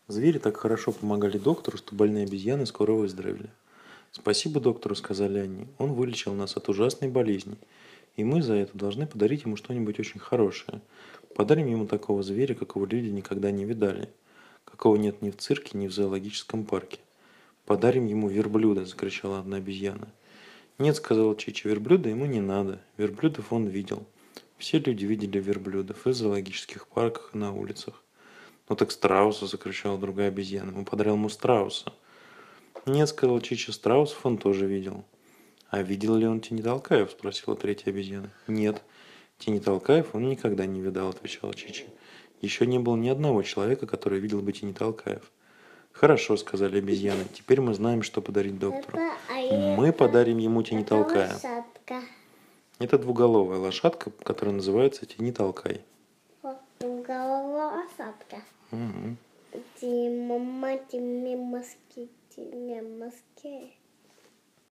Звери так хорошо помогали доктору, что больные обезьяны скоро выздоровели. «Спасибо доктору», — сказали они. «Он вылечил нас от ужасной болезни, и мы за это должны подарить ему что-нибудь очень хорошее. Подарим ему такого зверя, какого люди никогда не видали, какого нет ни в цирке, ни в зоологическом парке. Подарим ему верблюда», — закричала одна обезьяна. «Нет», — сказала Чичи, — «верблюда ему не надо. Верблюдов он видел. Все люди видели верблюдов и в зоологических парках, и на улицах». «Ну так страуса», — закричала другая обезьяна. «Мы подарим ему страуса». «Нет», — сказал Чичи, — «страусов он тоже видел». «А видел ли он Тинитолкаев?» — спросила третья обезьяна. «Нет, Тинитолкаев он никогда не видал», — отвечал Чичи. «Еще не было ни одного человека, который видел бы Тинитолкаев». «Хорошо», — сказали обезьяны, — «теперь мы знаем, что подарить доктору. Мы подарим ему Тинитолкая». Это двуголовая лошадка, которая называется Тинитолкай. Двуголовая лошадка. Угу. Тима, мама, Тима, маски, Тима, маски.